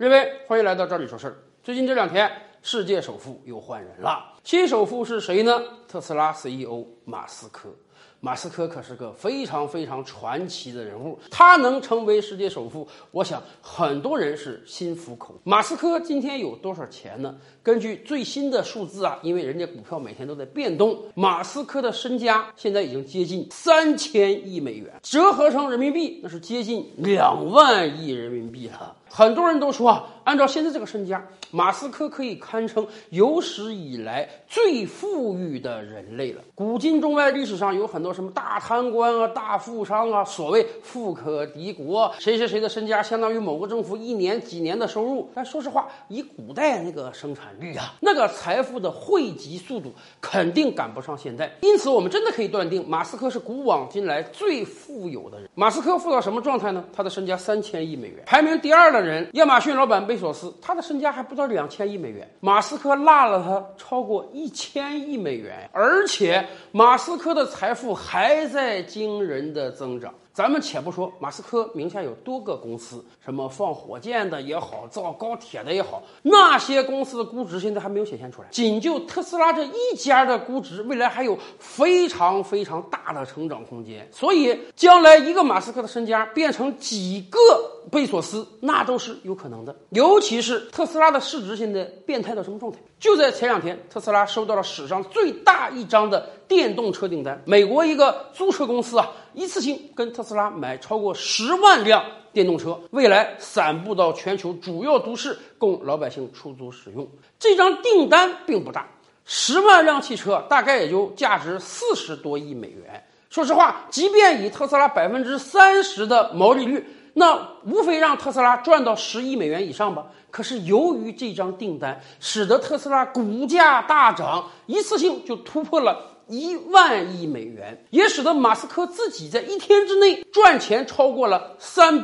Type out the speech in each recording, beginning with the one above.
各位，欢迎来到这里说事儿。最近这2天，世界首富又换人了。新首富是谁呢？特斯拉 CEO 马斯克。马斯克可是个非常传奇的人物，他能成为世界首富，我想很多人是心服口服。马斯克今天有多少钱呢？根据最新的数字啊，因为人家股票每天都在变动，马斯克的身家现在已经接近3000亿美元，折合成人民币那是接近2万亿人民币了。很多人都说啊，按照现在这个身家，马斯克可以堪称有史以来最富裕的人类了。古今中外历史上有很多什么大贪官啊、大富商啊，所谓富可敌国，谁的身家相当于某个政府1年几年的收入。但说实话，以古代那个生产率啊，那个财富的汇集速度肯定赶不上现在。因此，我们真的可以断定，马斯克是古往今来最富有的人。马斯克富到什么状态呢？他的身家3000亿美元，排名第2的人，亚马逊老板贝索斯，他的身家还不到2000亿美元，马斯克落了他超过1000亿美元，而且马斯克的财富还在惊人的增长。咱们且不说马斯克名下有多个公司，什么放火箭的也好，造高铁的也好，那些公司的估值现在还没有显现出来。仅就特斯拉这一家的估值，未来还有非常大的成长空间。所以将来一个马斯克的身家变成几个贝索斯，那都是有可能的。尤其是特斯拉的市值现在变态到什么状态？就在前2天，特斯拉收到了史上最大一张的电动车订单。美国一个租车公司啊，一次性跟特斯拉买超过10万辆电动车，未来散布到全球主要都市，供老百姓出租使用。这张订单并不大，10万辆汽车大概也就价值40多亿美元。说实话，即便以特斯拉30%的毛利率，那无非让特斯拉赚到10亿美元以上吧。可是由于这张订单，使得特斯拉股价大涨，一次性就突破了1万亿美元，也使得马斯克自己在1天之内赚钱超过了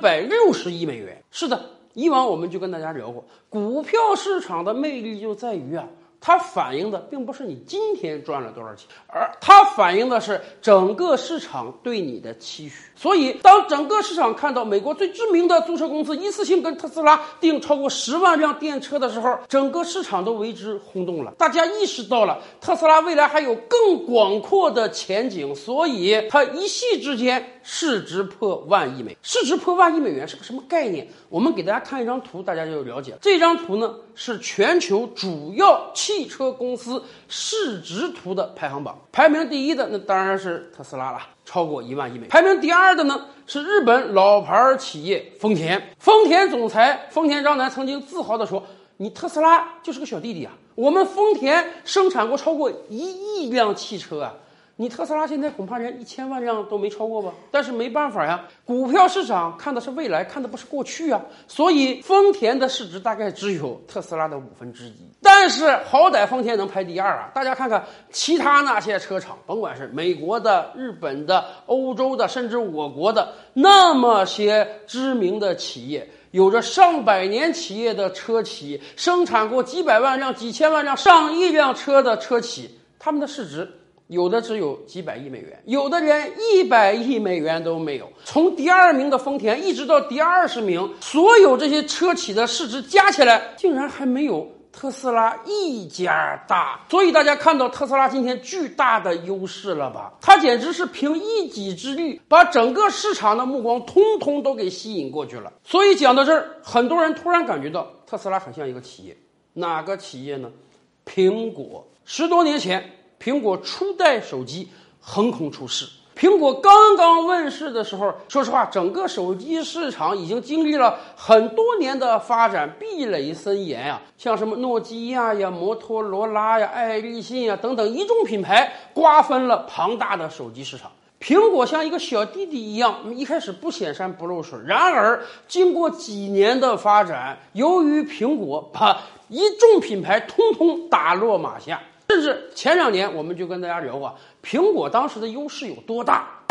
360亿美元。是的，以往我们就跟大家聊过，股票市场的魅力就在于啊，它反映的并不是你今天赚了多少钱，而它反映的是整个市场对你的期许。所以当整个市场看到美国最知名的租车公司一次性跟特斯拉订超过10万辆电车的时候，整个市场都为之轰动了。大家意识到了特斯拉未来还有更广阔的前景，所以它一夕之间市值破万亿美元。市值破万亿美元是个什么概念？我们给大家看一张图，大家就了解了。这张图呢是全球主要汽车公司市值图的排行榜，排名第1的那当然是特斯拉了，超过1万亿美元。排名第2的呢是日本老牌企业丰田。丰田总裁丰田章男曾经自豪地说，你特斯拉就是个小弟弟啊，我们丰田生产过超过1亿辆汽车啊，你特斯拉现在恐怕连1000万辆都没超过吧。但是没办法呀，股票市场看的是未来，看的不是过去啊，所以丰田的市值大概只有特斯拉的1/5。但是好歹丰田能排第2啊！大家看看其他那些车厂，甭管是美国的、日本的、欧洲的，甚至我国的，那么些知名的企业，有着上百年企业的车企，生产过几百万辆、几千万辆、上亿辆车的车企，他们的市值有的只有几百亿美元，有的连100亿美元都没有。从第2名的丰田一直到第20名，所有这些车企的市值加起来，竟然还没有特斯拉一家大。所以大家看到特斯拉今天巨大的优势了吧？它简直是凭一己之力把整个市场的目光通通都给吸引过去了。所以讲到这儿，很多人突然感觉到特斯拉很像一个企业。哪个企业呢？苹果。10多年前，苹果初代手机横空出世。苹果刚刚问世的时候，说实话，整个手机市场已经经历了很多年的发展，壁垒森严啊，像什么诺基亚呀、摩托罗拉呀、爱立信呀等等一众品牌，瓜分了庞大的手机市场。苹果像一个小弟弟一样，一开始不显山不露水，然而经过几年的发展，由于苹果把一众品牌通通打落马下，甚至前2年我们就跟大家聊过，苹果当时的优势有多大？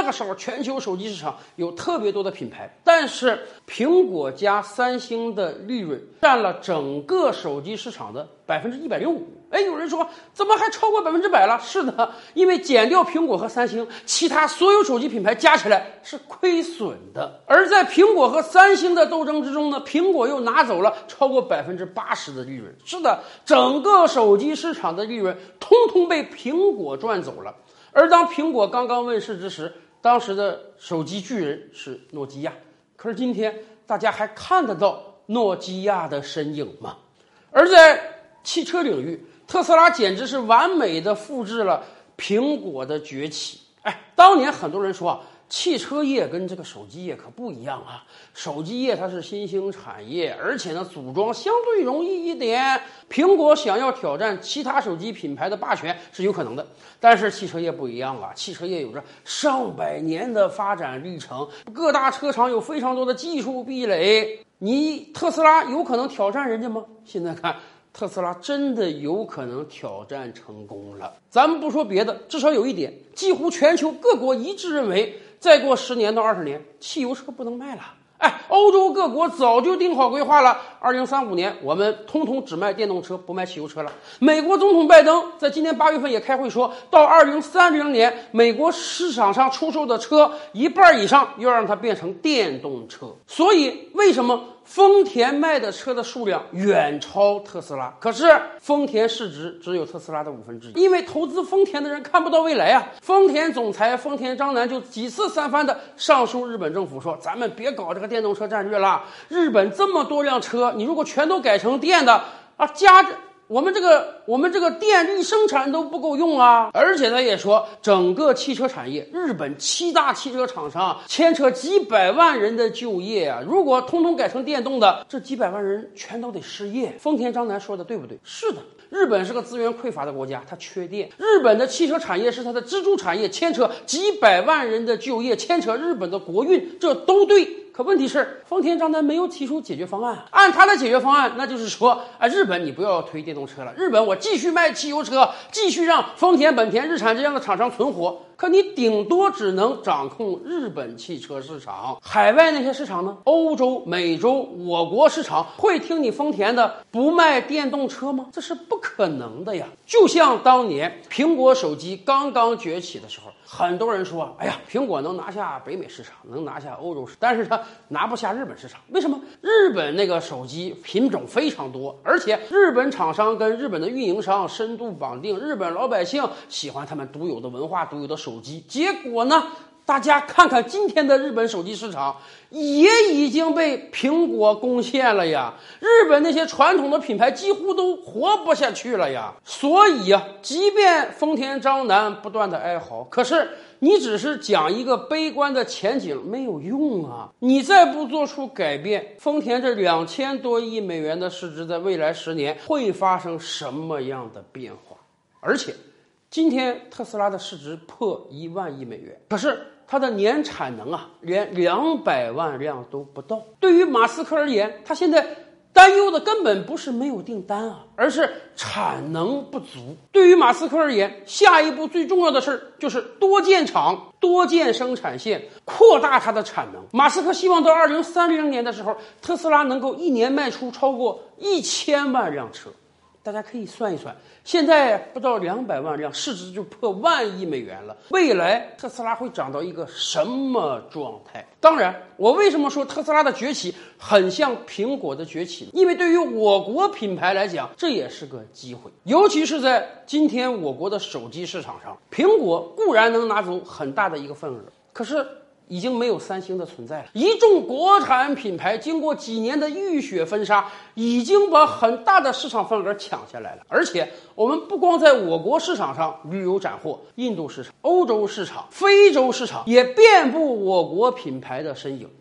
个时候全球手机市场有特别多的品牌，但是苹果加三星的利润占了整个手机市场的105%。哎，有人说怎么还超过100%了？是的，因为减掉苹果和三星，其他所有手机品牌加起来是亏损的。而在苹果和三星的斗争之中呢，苹果又拿走了超过80%的利润。是的，整个手机市场的利润通通被苹果赚走了。而当苹果刚刚问世之时，当时的手机巨人是诺基亚。可是今天大家还看得到诺基亚的身影吗？而在汽车领域，特斯拉简直是完美的复制了苹果的崛起。哎，当年很多人说啊，汽车业跟这个手机业可不一样啊，手机业它是新兴产业，而且呢组装相对容易一点，苹果想要挑战其他手机品牌的霸权是有可能的。但是汽车业不一样啊，汽车业有着上百年的发展历程，各大车厂有非常多的技术壁垒，你特斯拉有可能挑战人家吗？现在看特斯拉真的有可能挑战成功了。咱们不说别的，至少有一点，几乎全球各国一致认为，再过10年到20年，汽油车不能卖了。哎，欧洲各国早就定好规划了，2035年我们通通只卖电动车，不卖汽油车了。美国总统拜登在今年8月份也开会说，到2030年，美国市场上出售的车一半以上要让它变成电动车。所以为什么丰田卖的车的数量远超特斯拉，可是丰田市值只有特斯拉的1/5，因为投资丰田的人看不到未来啊。丰田总裁丰田章男就几次三番的上书日本政府说，咱们别搞这个电动车战略了，日本这么多辆车，你如果全都改成电的啊，我们这个电力生产都不够用啊！而且他也说，整个汽车产业，日本7大汽车厂商牵扯几百万人的就业啊！如果通通改成电动的，这几百万人全都得失业。丰田章男说的对不对？是的，日本是个资源匮乏的国家，它缺电。日本的汽车产业是它的支柱产业，牵扯几百万人的就业，牵扯日本的国运，这都对。可问题是，丰田章男没有提出解决方案。按他的解决方案，那就是说，日本你不要推电动车了，日本我继续卖汽油车，继续让丰田、本田、日产这样的厂商存活。可你顶多只能掌控日本汽车市场，海外那些市场呢？欧洲、美洲、我国市场会听你丰田的不卖电动车吗？这是不可能的呀！就像当年苹果手机刚刚崛起的时候，很多人说，哎呀，苹果能拿下北美市场，能拿下欧洲市场，但是它拿不下日本市场。为什么？日本那个手机品种非常多，而且日本厂商跟日本的运营商深度绑定，日本老百姓喜欢他们独有的文化、独有的手机。结果呢，大家看看今天的日本手机市场，也已经被苹果攻陷了呀！日本那些传统的品牌几乎都活不下去了呀！所以啊，即便丰田章男不断的哀嚎，可是你只是讲一个悲观的前景没有用啊！你再不做出改变，丰田这2000多亿美元的市值在未来10年会发生什么样的变化？而且今天特斯拉的市值破1万亿美元，可是它的年产能啊，连200万辆都不到。对于马斯克而言，他现在担忧的根本不是没有订单啊，而是产能不足。对于马斯克而言，下一步最重要的事就是多建厂、多建生产线，扩大它的产能。马斯克希望到2030年的时候，特斯拉能够一年卖出超过1000万辆车。大家可以算一算，现在不到200万辆，市值就破1万亿美元了。未来特斯拉会涨到一个什么状态？当然，我为什么说特斯拉的崛起很像苹果的崛起？因为对于我国品牌来讲，这也是个机会。尤其是在今天我国的手机市场上，苹果固然能拿走很大的一个份额，可是已经没有三星的存在了。一众国产品牌经过几年的浴血纷杀，已经把很大的市场份额抢下来了。而且我们不光在我国市场上屡有斩获，印度市场、欧洲市场、非洲市场也遍布我国品牌的身影。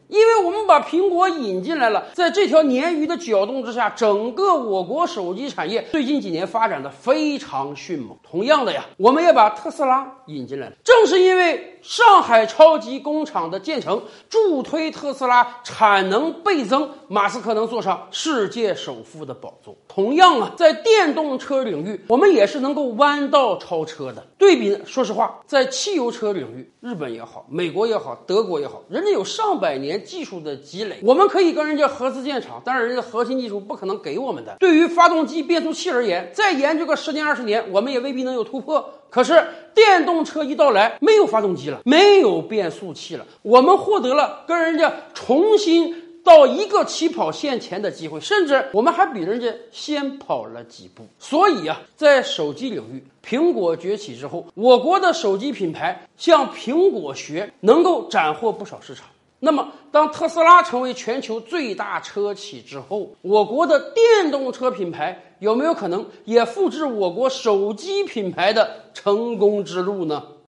因为我们把苹果引进来了，在这条鲶鱼的搅动之下，整个我国手机产业最近几年发展的非常迅猛。同样的呀，我们也把特斯拉引进来了，正是因为上海超级工厂的建成，助推特斯拉产能倍增，马斯克能坐上世界首富的宝座。同样啊，在电动车领域，我们也是能够弯道超车的。对比呢，说实话，在汽油车领域，日本也好，美国也好，德国也好，人家有上百年技术的积累，我们可以跟人家合资建厂，但是人家核心技术不可能给我们的。对于发动机、变速器而言，再研究个10年20年，我们也未必能有突破。可是电动车一到来，没有发动机了，没有变速器了，我们获得了跟人家重新到一个起跑线前的机会，甚至我们还比人家先跑了几步。所以啊，在手机领域，苹果崛起之后，我国的手机品牌向苹果学，能够斩获不少市场。那么当特斯拉成为全球最大车企之后，我国的电动车品牌有没有可能也复制我国手机品牌的成功之路呢？